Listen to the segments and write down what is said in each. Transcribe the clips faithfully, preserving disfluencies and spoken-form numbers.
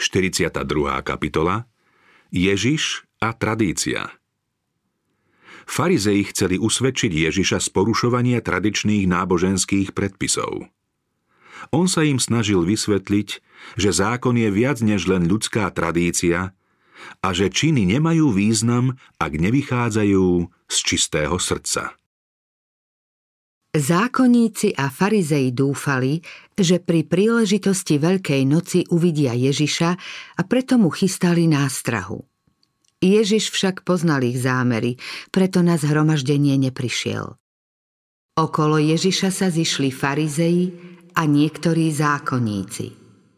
štyridsiata druhá kapitola. Ježiš a tradícia. Farizei chceli usvedčiť Ježiša z porušovania tradičných náboženských predpisov. On sa im snažil vysvetliť, že zákon je viac než len ľudská tradícia a že činy nemajú význam, ak nevychádzajú z čistého srdca. Zákonníci a farizei dúfali, že pri príležitosti Veľkej noci uvidia Ježiša a preto mu chystali nástrahu. Ježiš však poznal ich zámery, preto na zhromaždenie neprišiel. Okolo Ježiša sa zišli farizei a niektorí zákonníci.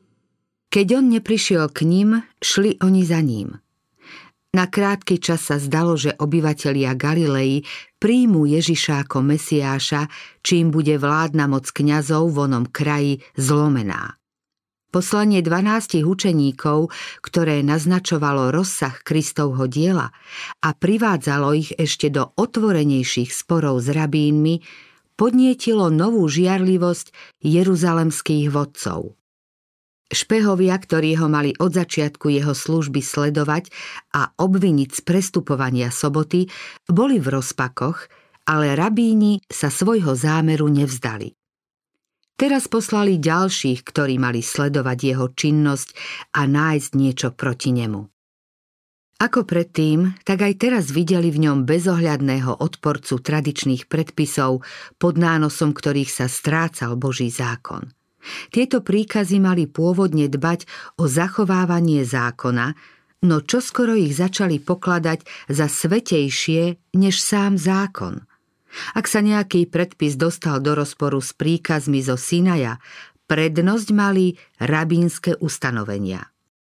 Keď on neprišiel k ním, šli oni za ním. Na krátky čas sa zdalo, že obyvatelia Galilei príjmú Ježiša ako Mesiáša, čím bude vládna moc kňazov v onom kraji zlomená. Poslanie dvanástich učeníkov, ktoré naznačovalo rozsah Kristovho diela a privádzalo ich ešte do otvorenejších sporov s rabínmi, podnietilo novú žiarlivosť jeruzalemských vodcov. Špehovia, ktorí ho mali od začiatku jeho služby sledovať a obviniť z prestupovania soboty, boli v rozpakoch, ale rabíni sa svojho zámeru nevzdali. Teraz poslali ďalších, ktorí mali sledovať jeho činnosť a nájsť niečo proti nemu. Ako predtým, tak aj teraz videli v ňom bezohľadného odporcu tradičných predpisov, pod nánosom ktorých sa strácal Boží zákon. Tieto príkazy mali pôvodne dbať o zachovávanie zákona, no čoskoro ich začali pokladať za svätejšie než sám zákon. Ak sa nejaký predpis dostal do rozporu s príkazmi zo Sinaja, prednosť mali rabínske ustanovenia.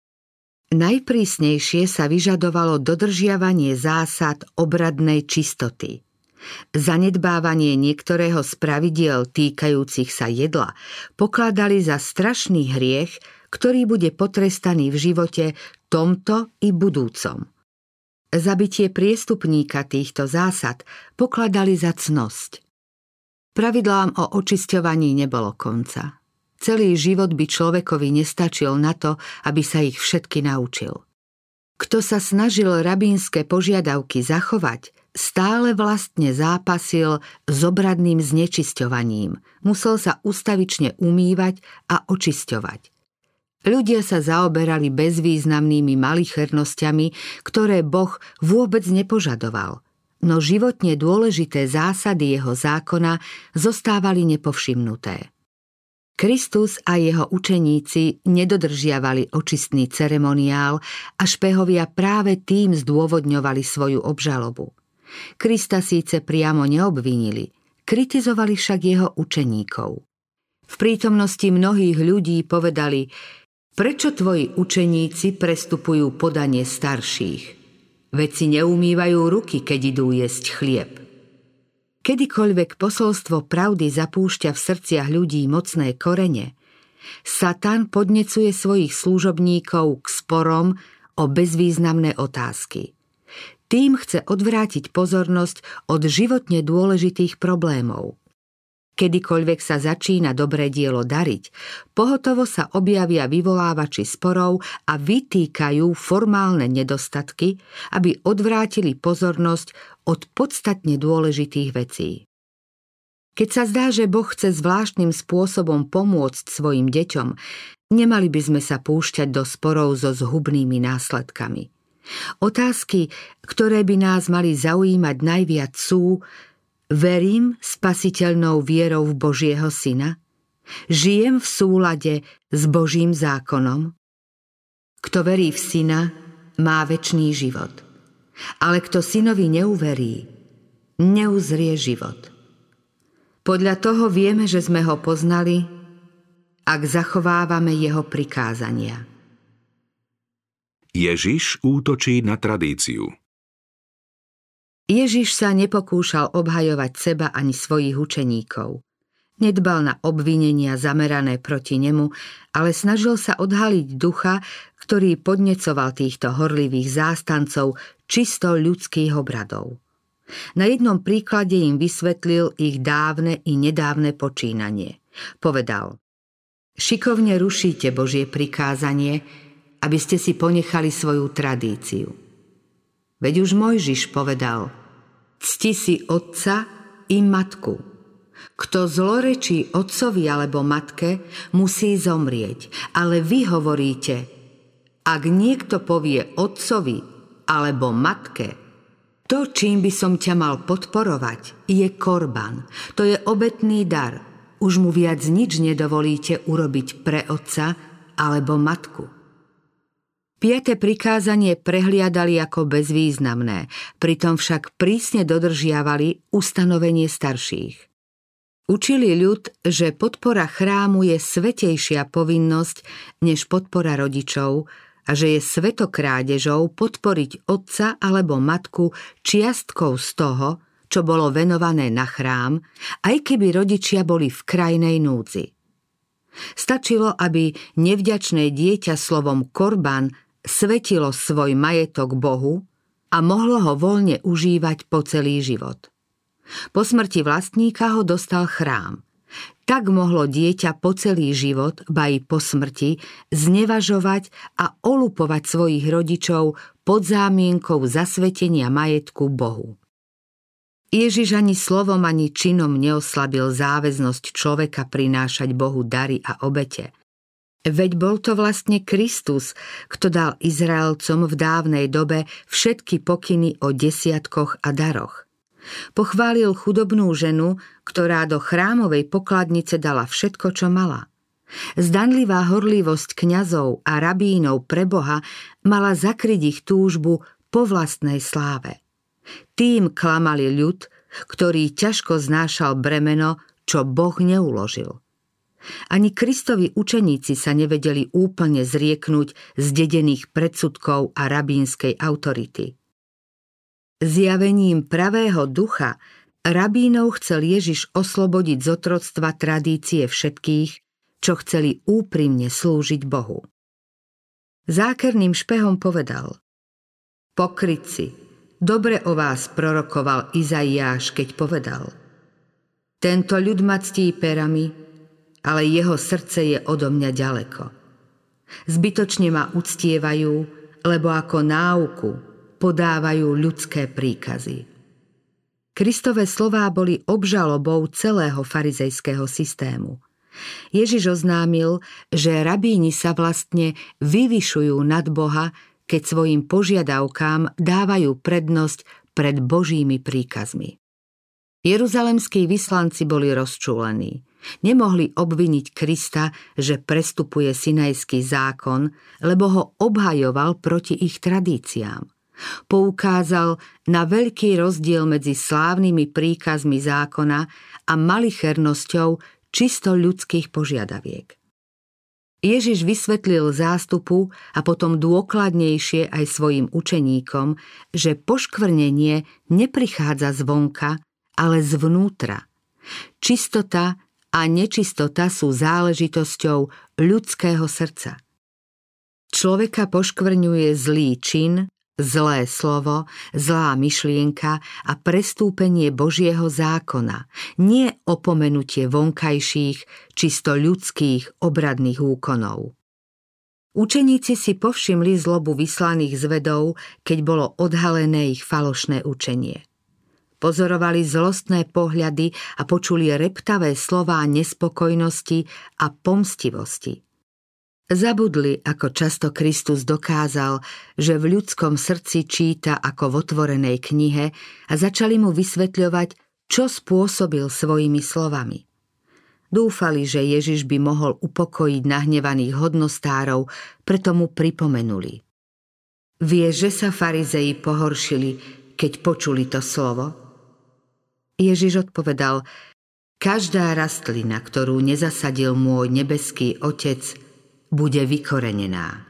Najprísnejšie sa vyžadovalo dodržiavanie zásad obradnej čistoty. Zanedbávanie niektorého z pravidiel týkajúcich sa jedla pokladali za strašný hriech, ktorý bude potrestaný v živote tomto i budúcom. Zabitie priestupníka týchto zásad pokladali za cnosť. Pravidlám o očisťovaní nebolo konca. Celý život by človekovi nestačil na to, aby sa ich všetky naučil. Kto sa snažil rabínske požiadavky zachovať, stále vlastne zápasil s obradným znečisťovaním. Musel sa ustavične umývať a očisťovať. Ľudia sa zaoberali bezvýznamnými malichernosťami, ktoré Boh vôbec nepožadoval, no životne dôležité zásady jeho zákona zostávali nepovšimnuté. Kristus a jeho učeníci nedodržiavali očistný ceremoniál a špehovia práve tým zdôvodňovali svoju obžalobu. Krista síce priamo neobvinili, kritizovali však jeho učeníkov. V prítomnosti mnohých ľudí povedali: prečo tvoji učeníci prestupujú podanie starších? Veď si neumývajú ruky, keď idú jesť chlieb. Kedykoľvek posolstvo pravdy zapúšťa v srdciach ľudí mocné korene, Satan podnecuje svojich služobníkov k sporom o bezvýznamné otázky. Tým chce odvrátiť pozornosť od životne dôležitých problémov. Kedykoľvek sa začína dobré dielo dariť, pohotovo sa objavia vyvolávači sporov a vytýkajú formálne nedostatky, aby odvrátili pozornosť od podstatne dôležitých vecí. Keď sa zdá, že Boh chce zvláštnym spôsobom pomôcť svojim deťom, nemali by sme sa púšťať do sporov so zhubnými následkami. Otázky, ktoré by nás mali zaujímať najviac sú: verím spasiteľnou vierou v Božieho Syna? Žijem v súlade s Božím zákonom? Kto verí v Syna, má večný život. Ale kto Synovi neuverí, neuzrie život. Podľa toho vieme, že sme ho poznali, ak zachovávame jeho prikázania. Ježiš útočí na tradíciu. Ježiš sa nepokúšal obhajovať seba ani svojich učeníkov. Nedbal na obvinenia zamerané proti nemu, ale snažil sa odhaliť ducha, ktorý podnecoval týchto horlivých zástancov čisto ľudských obradov. Na jednom príklade im vysvetlil ich dávne i nedávne počínanie. Povedal: šikovne rušíte Božie prikázanie aby ste si ponechali svoju tradíciu. Veď už Mojžiš povedal: cti si otca i matku. Kto zlorečí otcovi alebo matke, musí zomrieť. Ale vy hovoríte: ak niekto povie otcovi alebo matke, to, čím by som ťa mal podporovať, je korban. To je obetný dar. Už mu viac nič nedovolíte urobiť pre otca alebo matku. Piate prikázanie prehliadali ako bezvýznamné, pritom však prísne dodržiavali ustanovenie starších. Učili ľud, že podpora chrámu je svätejšia povinnosť než podpora rodičov a že je svätokrádežou podporiť otca alebo matku čiastkou z toho, čo bolo venované na chrám, aj keby rodičia boli v krajnej núdzi. Stačilo, aby nevďačné dieťa slovom korban svetilo svoj majetok Bohu a mohlo ho voľne užívať po celý život. Po smrti vlastníka ho dostal chrám. Tak mohlo dieťa po celý život, ba i po smrti, znevažovať a olupovať svojich rodičov pod zámienkou zasvetenia majetku Bohu. Ježiš ani slovom, ani činom neoslabil záväznosť človeka prinášať Bohu dary a obete. Veď bol to vlastne Kristus, kto dal Izraelcom v dávnej dobe všetky pokyny o desiatkoch a daroch. Pochválil chudobnú ženu, ktorá do chrámovej pokladnice dala všetko, čo mala. Zdanlivá horlivosť kňazov a rabínov pre Boha mala zakryť ich túžbu po vlastnej sláve. Tým klamali ľud, ktorý ťažko znášal bremeno, čo Boh neuložil. Ani Kristovi učeníci sa nevedeli úplne zrieknúť zdedených predsudkov a rabínskej autority. Zjavením pravého ducha rabínov chcel Ježiš oslobodiť z otroctva tradície všetkých, čo chceli úprimne slúžiť Bohu. Zákerným špehom povedal: pokrytci, dobre o vás prorokoval Izaiáš, keď povedal: tento ľud ma ctí perami, ale jeho srdce je odo mňa ďaleko. Zbytočne ma uctievajú, lebo ako náuku podávajú ľudské príkazy. Kristove slová boli obžalobou celého farizejského systému. Ježiš oznámil, že rabíni sa vlastne vyvyšujú nad Boha, keď svojim požiadavkám dávajú prednosť pred Božími príkazmi. Jeruzalemskí vyslanci boli rozčúlení. Nemohli obviniť Krista, že prestupuje Sinajský zákon, lebo ho obhajoval proti ich tradíciám. Poukázal na veľký rozdiel medzi slávnymi príkazmi zákona a malichernosťou čisto ľudských požiadaviek. Ježiš vysvetlil zástupu a potom dôkladnejšie aj svojim učeníkom, že poškvrnenie neprichádza zvonka, ale zvnútra. Čistota a nečistota sú záležitosťou ľudského srdca. Človeka poškvrňuje zlý čin, zlé slovo, zlá myšlienka a prestúpenie Božieho zákona, nie opomenutie vonkajších, čisto ľudských obradných úkonov. Učeníci si povšimli zlobu vyslaných zvedov, keď bolo odhalené ich falošné učenie. Pozorovali zlostné pohľady a počuli reptavé slová nespokojnosti a pomstivosti. Zabudli, ako často Kristus dokázal, že v ľudskom srdci číta ako v otvorenej knihe, a začali mu vysvetľovať, čo spôsobil svojimi slovami. Dúfali, že Ježiš by mohol upokojiť nahnevaných hodnostárov, preto mu pripomenuli: vieš, že sa farizei pohoršili, keď počuli to slovo? Ježiš odpovedal: každá rastlina, ktorú nezasadil môj nebeský Otec, bude vykorenená.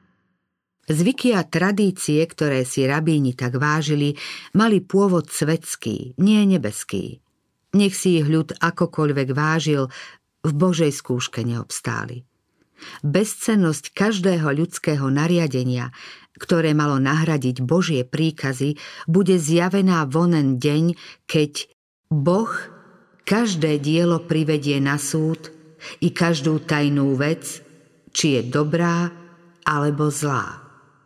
Zvyky a tradície, ktoré si rabíni tak vážili, mali pôvod svetský, nie nebeský. Nech si ich ľud akokoľvek vážil, v Božej skúške neobstáli. Bezcennosť každého ľudského nariadenia, ktoré malo nahradiť Božie príkazy, bude zjavená vonen deň, keď Boh každé dielo privedie na súd i každú tajnú vec, či je dobrá alebo zlá.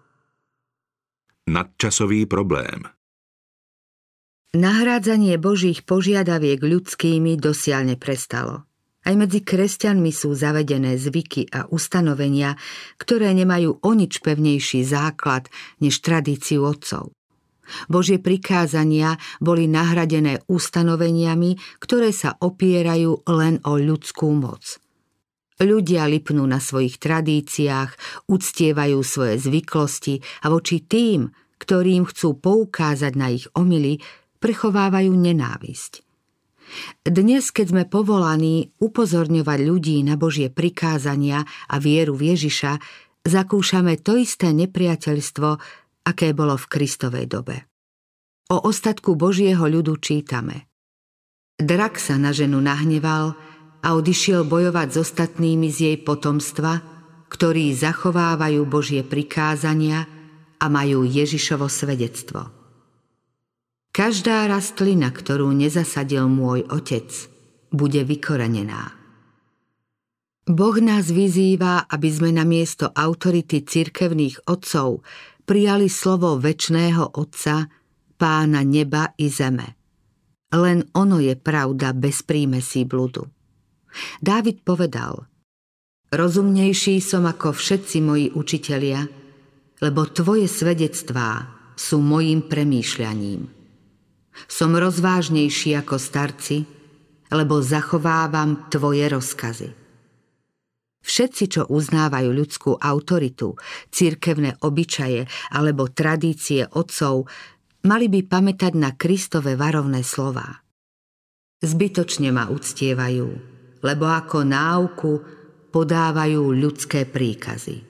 Nadčasový problém. Nahrádzanie Božích požiadaviek ľudskými dosiaľ neprestalo. Aj medzi kresťanmi sú zavedené zvyky a ustanovenia, ktoré nemajú o nič pevnejší základ než tradíciu otcov. Božie prikázania boli nahradené ustanoveniami, ktoré sa opierajú len o ľudskú moc. Ľudia lipnú na svojich tradíciách, uctievajú svoje zvyklosti a voči tým, ktorým chcú poukázať na ich omyly, prechovávajú nenávisť. Dnes, keď sme povolaní upozorňovať ľudí na Božie prikázania a vieru v Ježiša, zakúšame to isté nepriateľstvo, aké bolo v Kristovej dobe. O ostatku Božieho ľudu čítame: Drak sa na ženu nahneval a odišiel bojovať s ostatnými z jej potomstva, ktorí zachovávajú Božie prikázania a majú Ježišovo svedectvo. Každá rastlina, ktorú nezasadil môj otec, bude vykorenená. Boh nás vyzýva, aby sme namiesto autority cirkevných otcov prijali slovo večného Otca, Pána neba i zeme. Len ono je pravda bez prímesí bludu. Dávid povedal: Rozumnejší som ako všetci moji učitelia, lebo tvoje svedectvá sú mojím premýšľaním. Som rozvážnejší ako starci, lebo zachovávam tvoje rozkazy. Všetci, čo uznávajú ľudskú autoritu, cirkevné obyčaje alebo tradície otcov, mali by pamätať na Kristove varovné slová. Zbytočne ma uctievajú, lebo ako náuku podávajú ľudské príkazy.